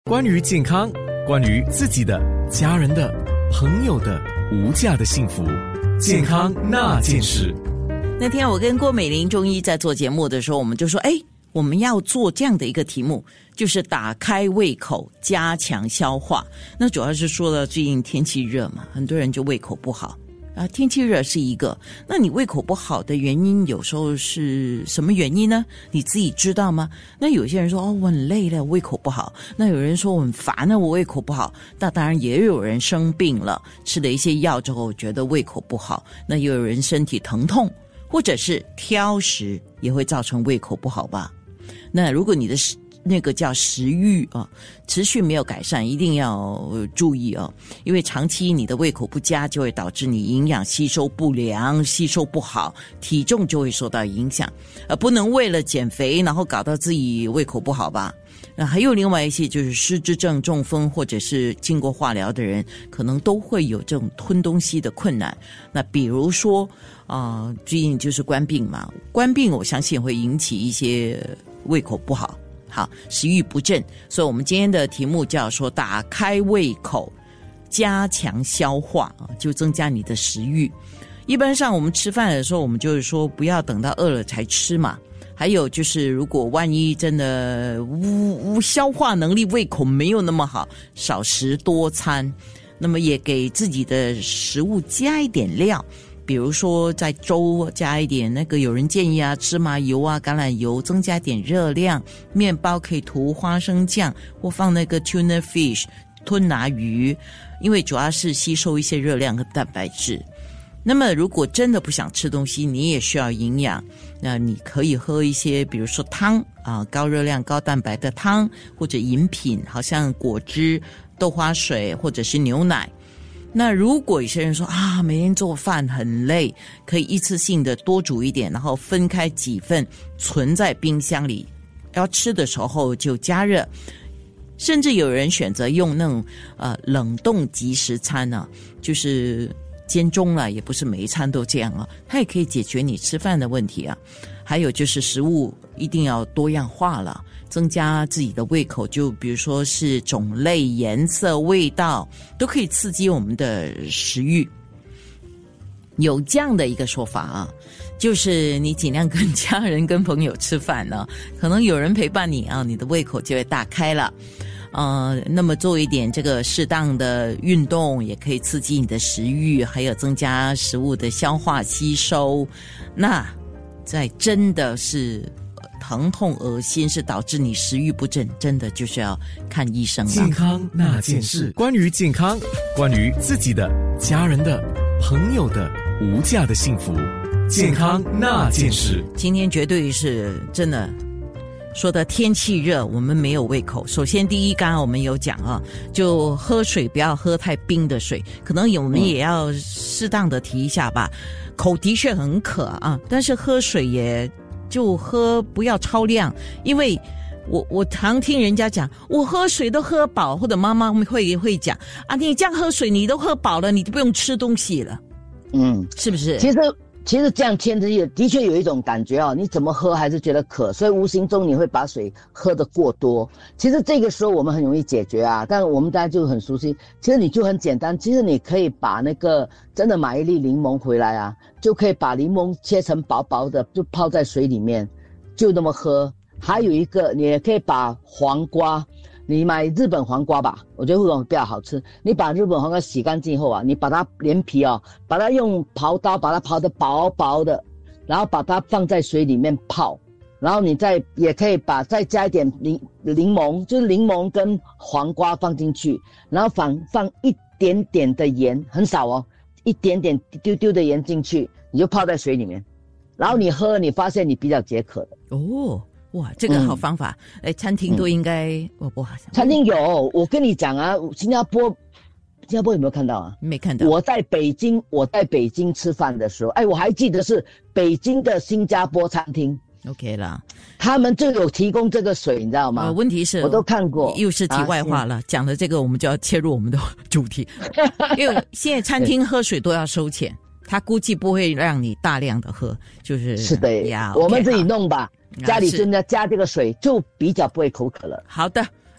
关于健康，关于自己的、家人的、朋友的无价的幸福，健康那件事。 那天我跟郭美玲中医在做节目的时候，我们就说，我们要做这样的一个题目，就是打开胃口，加强消化。那主要是说了最近天气热嘛，很多人就胃口不好啊。天气热是一个，那你胃口不好的原因有时候是什么原因呢？你自己知道吗？那有些人说我很累了，胃口不好。那有人说我很烦了，我胃口不好。那当然也有人生病了，吃了一些药之后觉得胃口不好。那也有人身体疼痛，或者是挑食也会造成胃口不好吧。那如果你的那个叫食欲啊，持续没有改善，一定要注意啊，因为长期你的胃口不佳，就会导致你营养吸收不良，吸收不好，体重就会受到影响。不能为了减肥，然后搞到自己胃口不好吧。还有另外一些就是失智症、中风，或者是经过化疗的人，可能都会有这种吞东西的困难。那比如说最近就是冠病嘛，冠病我相信会引起一些胃口不好，食欲不振。所以我们今天的题目叫说打开胃口，加强消化，就增加你的食欲。一般上我们吃饭的时候，我们就是说不要等到饿了才吃嘛。还有就是如果万一真的消化能力胃口没有那么好，少食多餐。那么也给自己的食物加一点料，比如说在粥加一点那个，有人建议芝麻油橄榄油，增加点热量。面包可以涂花生酱，或放那个 tuna fish 吞拿鱼，因为主要是吸收一些热量和蛋白质。那么如果真的不想吃东西，你也需要营养，那你可以喝一些比如说汤高热量高蛋白的汤，或者饮品，好像果汁、豆花水或者是牛奶。那如果有些人说每天做饭很累，可以一次性的多煮一点，然后分开几份存在冰箱里，要吃的时候就加热。甚至有人选择用那种冷冻即食餐就是间中了，也不是每一餐都这样它也可以解决你吃饭的问题还有就是食物一定要多样化了，增加自己的胃口，就比如说是种类、颜色、味道都可以刺激我们的食欲。有这样的一个说法就是你尽量跟家人跟朋友吃饭可能有人陪伴你你的胃口就会打开了。那么做一点这个适当的运动，也可以刺激你的食欲，还有增加食物的消化吸收。那在真的是疼痛恶心，是导致你食欲不振，真的就是要看医生了。 健康那件事，关于健康，关于自己的、家人的、朋友的无价的幸福，健康那件事。 今天绝对是真的说的天气热，我们没有胃口。首先第一，刚刚我们有讲就喝水不要喝太冰的水，可能我们也要适当的提一下吧。口的确很渴但是喝水也就喝不要超量，因为我常听人家讲我喝水都喝饱，或者妈妈会讲你这样喝水你都喝饱了，你就不用吃东西了。是不是？ 其实这样天气的确有一种感觉你怎么喝还是觉得渴，所以无形中你会把水喝得过多。其实这个时候我们很容易解决但我们大家就很熟悉。其实你就很简单，其实你可以把那个真的买一粒柠檬回来就可以把柠檬切成薄薄的，就泡在水里面，就那么喝。还有一个，你也可以把黄瓜，你买日本黄瓜吧，我觉得会比较好吃。你把日本黄瓜洗干净以后你把它连皮把它用刨刀把它刨得薄薄的，然后把它放在水里面泡，然后你也可以再加一点柠檬，就是柠檬跟黄瓜放进去，然后放一点点的盐，很少一点点丢丢的盐进去，你就泡在水里面，然后你喝，你发现你比较解渴的。 哇，这个好方法。餐厅都应该不好。 餐厅有，我跟你讲新加坡有没有看到没看到。 我在北京吃饭的时候，我还记得是北京的新加坡餐厅。 OK 啦， 他们就有提供这个水，你知道吗？ 问题是我都看过。 又是题外话了，讲的这个我们就要切入我们的主题。因为现在餐厅喝水都要收钱，他估计不会让你大量的喝，是的呀，我们自己弄吧。家里真的加这个水就比较不会口渴了。 好的，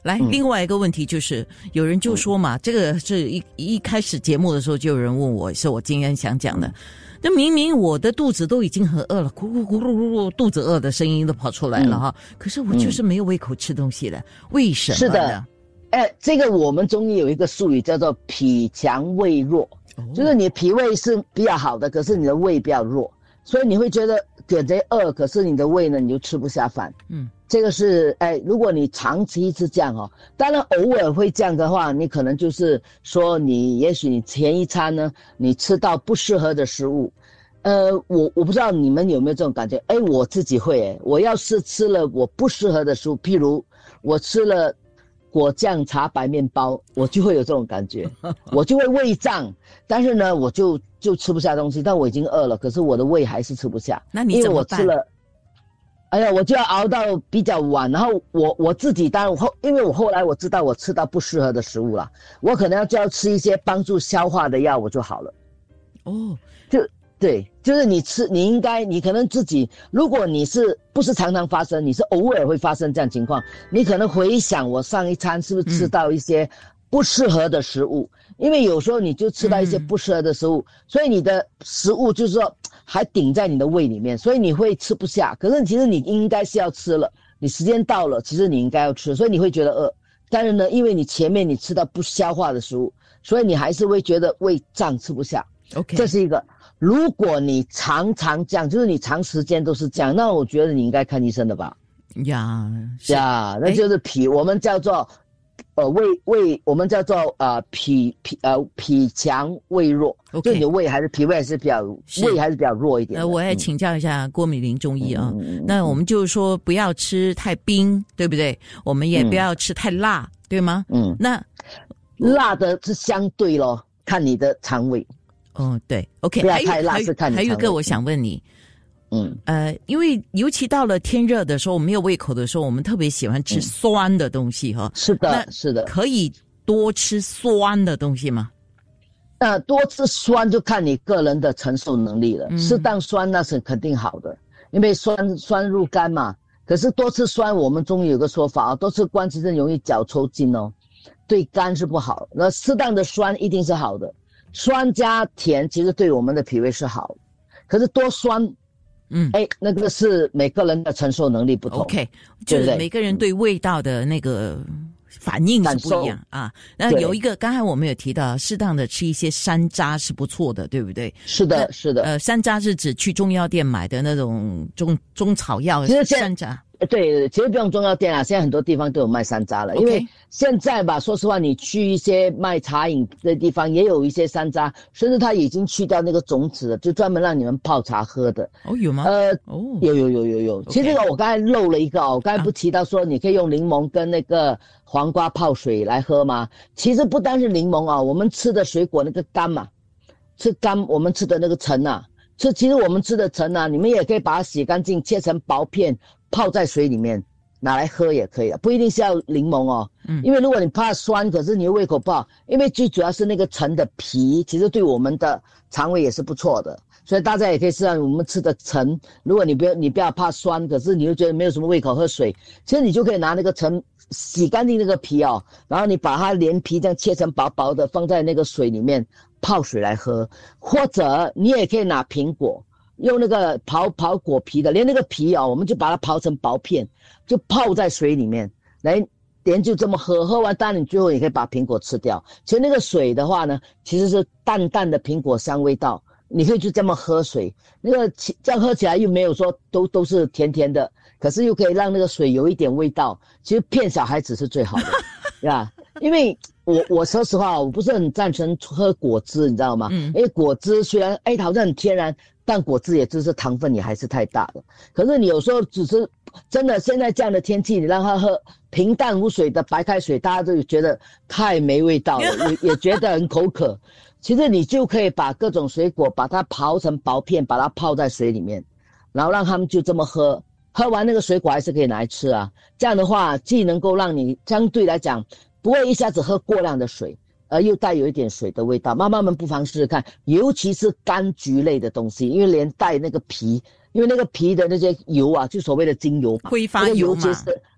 来，另外一个问题就是，有人就说嘛，这个是一开始节目的时候就有人问我，是我今天想讲的。那明明我的肚子都已经很饿了，咕咕咕噜咕噜，肚子饿的声音都跑出来了哈，可是我就是没有胃口吃东西了，为什么呢？ 是的，这个我们中医有一个术语叫做脾强胃弱，就是你脾胃是比较好的，可是你的胃比较弱，所以你会觉得觉得饿，可是你的胃呢你就吃不下饭。这个是如果你长期是这样当然偶尔会这样的话，你可能就是说也许你前一餐呢你吃到不适合的食物。我不知道你们有没有这种感觉，我自己会我要是吃了我不适合的食物，譬如我吃了果酱茶白面包，我就会有这种感觉，我就会胃胀，但是呢我就吃不下东西，但我已经饿了，可是我的胃还是吃不下。 那你怎么办？ 因为我吃了我就要熬到比较晚，然后我自己当然因为我后来我知道我吃到不适合的食物了，我可能就要吃一些帮助消化的药，我就好了。对，就是你可能自己，如果你不是常常发生，你是偶尔会发生这样情况，你可能回想我上一餐是不是吃到一些不适合的食物，因为有时候你就吃到一些不适合的食物，所以你的食物就是说还顶在你的胃里面，所以你会吃不下，可是其实你应该是要吃了，你时间到了，其实你应该要吃，所以你会觉得饿，但是呢因为你前面你吃到不消化的食物，所以你还是会觉得胃胀吃不下。 OK， 这是一个。如果你常常这样，就是你长时间都是这样，那我觉得你应该看医生的吧。那就是脾，我们叫做我们叫做脾强胃弱，就你的胃还是脾胃还是比较弱一点。 我也请教一下郭美玲中医啊，那我们就是说不要吃太冰，对不对？我们也不要吃太辣，对吗？那辣的是相对咯，看你的肠胃。 对 ，OK， 不要太辣是看你肠胃。 还有一个我想问你，因为尤其到了天热的时候，没有胃口的时候，我们特别喜欢吃酸的东西哈。 是的， 可以多吃酸的东西吗？ 多吃酸就看你个人的承受能力了。适当酸那是肯定好的，因为酸入肝嘛。可是多吃酸，我们中医有个说法多吃酸其实容易脚抽筋对肝是不好。那适当的酸一定是好的。酸加甜其实对我们的脾胃是好，可是多酸，那个是每个人的承受能力不同。 OK， 就是每个人对味道的那个反应是不一样啊。那有一个，刚才我们有提到，适当的吃一些山楂是不错的，对不对？ 是的。 山楂是指去中药店买的那种中草药山楂。 对，其实不用中药店现在很多地方都有卖山楂了。因为现在吧，说实话，你去一些卖茶饮的地方也有一些山楂，甚至它已经去掉那个种子了，就专门让你们泡茶喝的。 有吗？ 有。其实这个我刚才漏了一个我刚才不提到说你可以用柠檬跟那个黄瓜泡水来喝吗？其实不单是柠檬我们吃的水果那个柑嘛，我们吃的那个橙其实我们吃的橙你们也可以把它洗干净，切成薄片，泡在水里面拿来喝也可以不一定是要柠檬因为如果你怕酸，可是你的胃口不好，因为最主要是那个橙的皮，其实对我们的肠胃也是不错的，所以大家也可以试试我们吃的橙。如果你不要怕酸，可是你又觉得没有什么胃口喝水，其实你就可以拿那个橙洗干净那个皮然后你把它连皮这样切成薄薄的，放在那个水里面泡水来喝，或者你也可以拿苹果，用那个刨果皮的，连那个皮我们就把它刨成薄片，就泡在水里面来连就这么喝完，当然你最后也可以把苹果吃掉。其实那个水的话呢，其实是淡淡的苹果香味道，你可以就这么喝水，那个这样喝起来又没有说都是甜甜的，可是又可以让那个水有一点味道。其实骗小孩子是最好的因为我说实话我不是很赞成喝果汁，你知道吗？因为果汁虽然好像很天然，但果汁也就是糖分也还是太大了。可是你有时候只是真的现在这样的天气，你让他喝平淡无水的白开水，大家都觉得太没味道了也觉得很口渴。其实你就可以把各种水果把它刨成薄片，把它泡在水里面，然后让他们就这么喝完那个水果还是可以拿来吃这样的话既能够让你相对来讲不会一下子喝过量的水，而又带有一点水的味道。妈妈们不妨试试看，尤其是柑橘类的东西，因为连带那个皮，因为那个皮的那些油就所谓的精油， 挥发油嘛，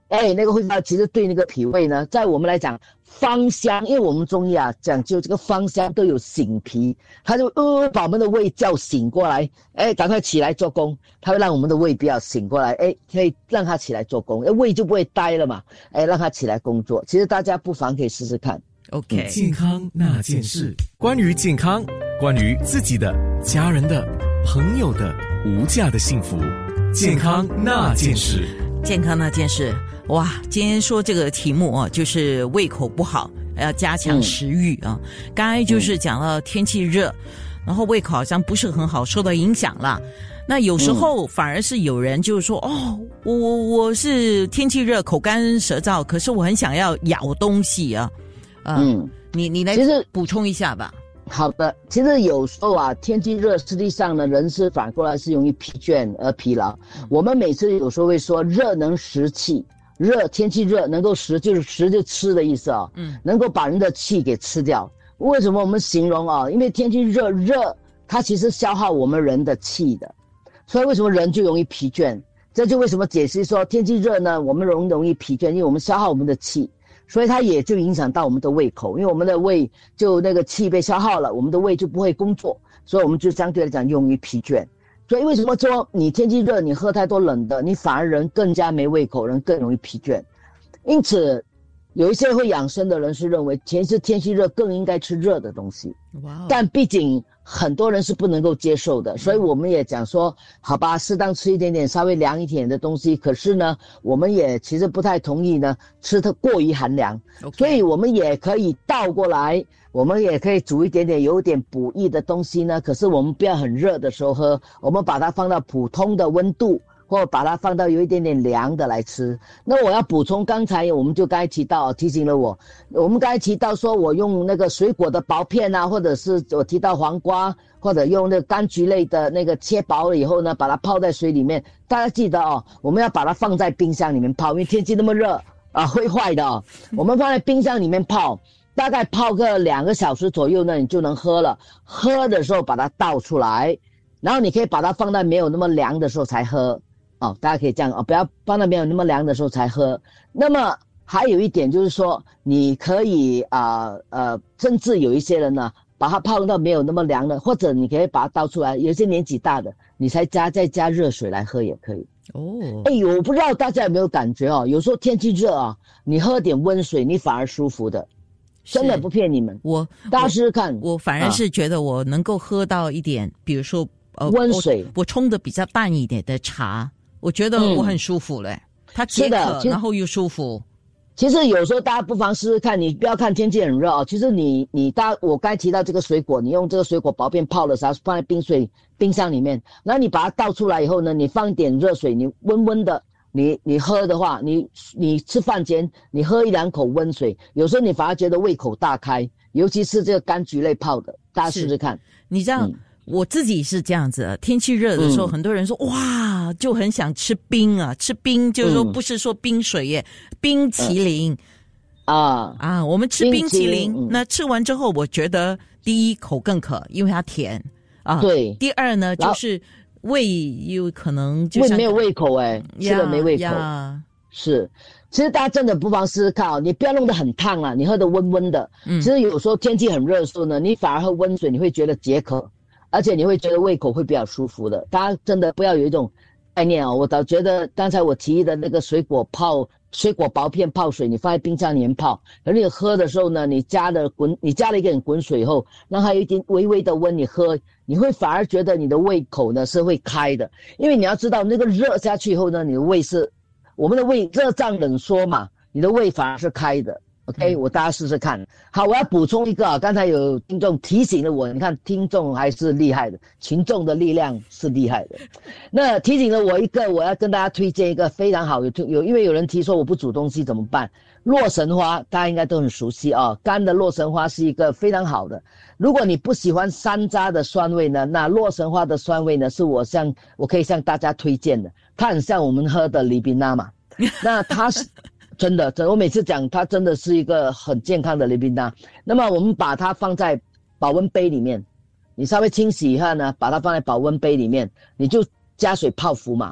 那个会发其实对那个脾胃呢，在我们来讲芳香，因为我们中医啊讲究这个芳香都有醒脾，它就把我们的胃叫醒过来，赶快起来做工，它会让我们的胃比较醒过来，可以让它起来做工，胃就不会呆了嘛，让它起来工作。其实大家不妨可以试试看。 OK， 健康那件事，关于健康，关于自己的、家人的、朋友的无价的幸福，健康那件事。 健康那件事，哇！今天说这个题目啊，就是胃口不好，要加强食欲啊。刚才就是讲了天气热，然后胃口好像不是很好，受到影响了。那有时候反而是有人就是说，我是天气热，口干舌燥，可是我很想要咬东西啊。你来补充一下吧。 好的，其实有时候啊，天气热，实际上呢，人是反过来是容易疲倦而疲劳。我们每次有时候会说，热能食气，天气热能够食，就是食就吃的意思啊，能够把人的气给吃掉。为什么我们形容啊？因为天气热，它其实消耗我们人的气的，所以为什么人就容易疲倦？这就为什么解释说天气热呢，我们容易疲倦，因为我们消耗我们的气。所以它也就影响到我们的胃口，因为我们的胃就那个气被消耗了，我们的胃就不会工作，所以我们就相对来讲容易疲倦。所以为什么说你天气热，你喝太多冷的，你反而人更加没胃口，人更容易疲倦。因此有一些会养生的人是认为天气热更应该吃热的东西，但毕竟很多人是不能够接受的，所以我们也讲说好吧，适当吃一点点稍微凉一点的东西，可是呢我们也其实不太同意呢吃它过于寒凉，所以我们也可以倒过来，我们也可以煮一点点有点补益的东西呢，可是我们不要很热的时候喝，我们把它放到普通的温度，或把它放到有一点点凉的来吃。那我要补充，刚才我们就刚才提到，提醒了我们刚才提到说我用那个水果的薄片啊，或者是我提到黄瓜，或者用那个柑橘类的那个切薄了以后呢，把它泡在水里面。大家记得我们要把它放在冰箱里面泡，因为天气那么热啊，会坏的我们放在冰箱里面泡，大概泡个2个小时左右呢，你就能喝了。喝的时候把它倒出来，然后你可以把它放在没有那么凉的时候才喝。大家可以这样不要放到没有那么凉的时候才喝。那么还有一点就是说，你可以甚至有一些人呢，把它泡到没有那么凉的，或者你可以把它倒出来，有些年纪大的，你再加热水来喝也可以。我不知道大家有没有感觉有时候天气热你喝点温水，你反而舒服的，真的不骗你们。大家试试看。我反而是觉得我能够喝到一点，比如说温水，我冲的比较淡一点的茶。我觉得我很舒服嘞，它解渴，然后又舒服。其实有时候大家不妨试试看，你不要看天气很热其实我刚才提到这个水果，你用这个水果薄片泡的时候放在冰箱里面，然后你把它倒出来以后呢，你放点热水，你温温的，你喝的话，你吃饭前你喝1-2口温水，有时候你反而觉得胃口大开，尤其是这个柑橘类泡的，大家试试看。你这样。我自己是这样子天气热的时候很多人说哇就很想吃冰吃冰就是说不是说冰水耶，冰淇淋我们吃冰淇淋那吃完之后我觉得第一口更渴，因为它甜对。第二呢就是胃有可能就没有胃口吃了没胃口是。其实大家真的不妨试试看你不要弄得很烫你喝得温温的其实有时候天气很热的时候呢，你反而喝温水你会觉得解渴，而且你会觉得胃口会比较舒服的。大家真的不要有一种概念我倒觉得刚才我提议的那个水果薄片泡水，你放在冰箱里面泡，而你喝的时候呢，你加了一点滚水以后，让它有一点微微的温，你喝，你会反而觉得你的胃口呢是会开的。因为你要知道那个热下去以后呢，你的胃我们的胃热胀冷缩嘛，你的胃反而是开的。OK， 大家试试看。好，我要补充一个刚才有听众提醒了我，你看听众还是厉害的，群众的力量是厉害的。那提醒了我一个，我要跟大家推荐一个非常好因为有人提说我不煮东西怎么办？洛神花大家应该都很熟悉干的洛神花是一个非常好的。如果你不喜欢山楂的酸味呢，那洛神花的酸味呢是我可以向大家推荐的。它很像我们喝的利宾纳嘛，那它是真的我每次讲它真的是一个很健康的利宾纳。那么我们把它放在保温杯里面，你稍微清洗一下呢，把它放在保温杯里面，你就加水泡服嘛。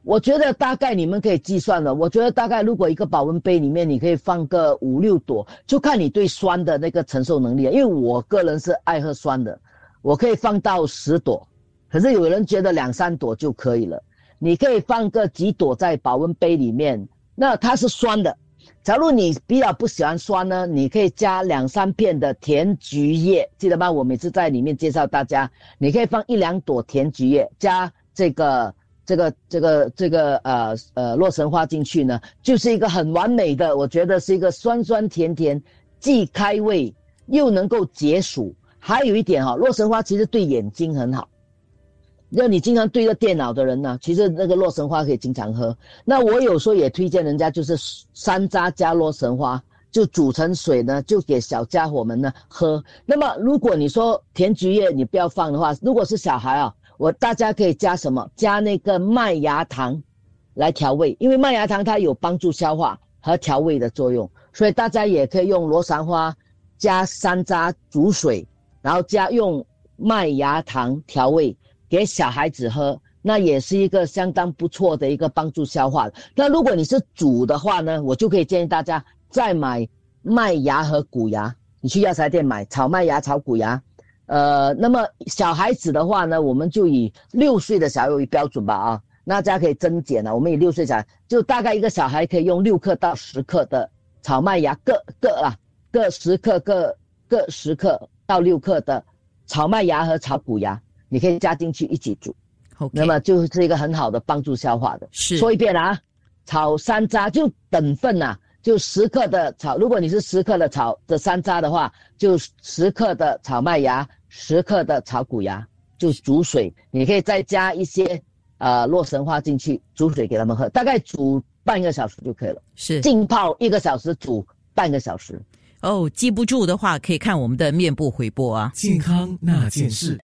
我觉得大概你们可以计算了，我觉得大概如果一个保温杯里面你可以放个5-6朵，就看你对酸的那个承受能力了。因为我个人是爱喝酸的，我可以放到10朵，可是有人觉得2-3朵就可以了。你可以放个几朵在保温杯里面，那它是酸的。假如你比较不喜欢酸呢，你可以加2-3片的甜菊叶，记得吗？我每次在里面介绍大家，你可以放1-2朵甜菊叶，加这个洛神花进去呢，就是一个很完美的，我觉得是一个酸酸甜甜，既开胃又能够解暑。还有一点洛神花其实对眼睛很好。要你经常对着电脑的人呢，其实那个洛神花可以经常喝。那我有时候也推荐人家就是山楂加洛神花，就煮成水呢，就给小家伙们呢喝。那么如果你说甜菊叶你不要放的话，如果是小孩大家可以加什么？加那个麦芽糖来调味，因为麦芽糖它有帮助消化和调味的作用，所以大家也可以用罗山花加山楂煮水，然后用麦芽糖调味给小孩子喝，那也是一个相当不错的一个帮助消化的。那如果你是煮的话呢，我就可以建议大家再买麦芽和谷芽，你去药材店买炒麦芽、炒谷芽。那么小孩子的话呢，我们就以6岁的小孩为标准吧那大家可以增减我们以6岁小孩，就大概一个小孩可以用6克到10克的炒麦芽，各10克各10克到6克的炒麦芽和炒谷芽，你可以加进去一起煮。 Okay. 那么就是一个很好的帮助消化的。 是， 说一遍炒山楂就等份就10克的炒，如果你是10克的炒的山楂的话，就10克的炒麦芽，10克的炒谷芽，就煮水，你可以再加一些洛神花进去，煮水给他们喝，大概煮半个小时就可以了。 是， 浸泡1个小时，煮半个小时。 记不住的话可以看我们的面部回播健康那件事。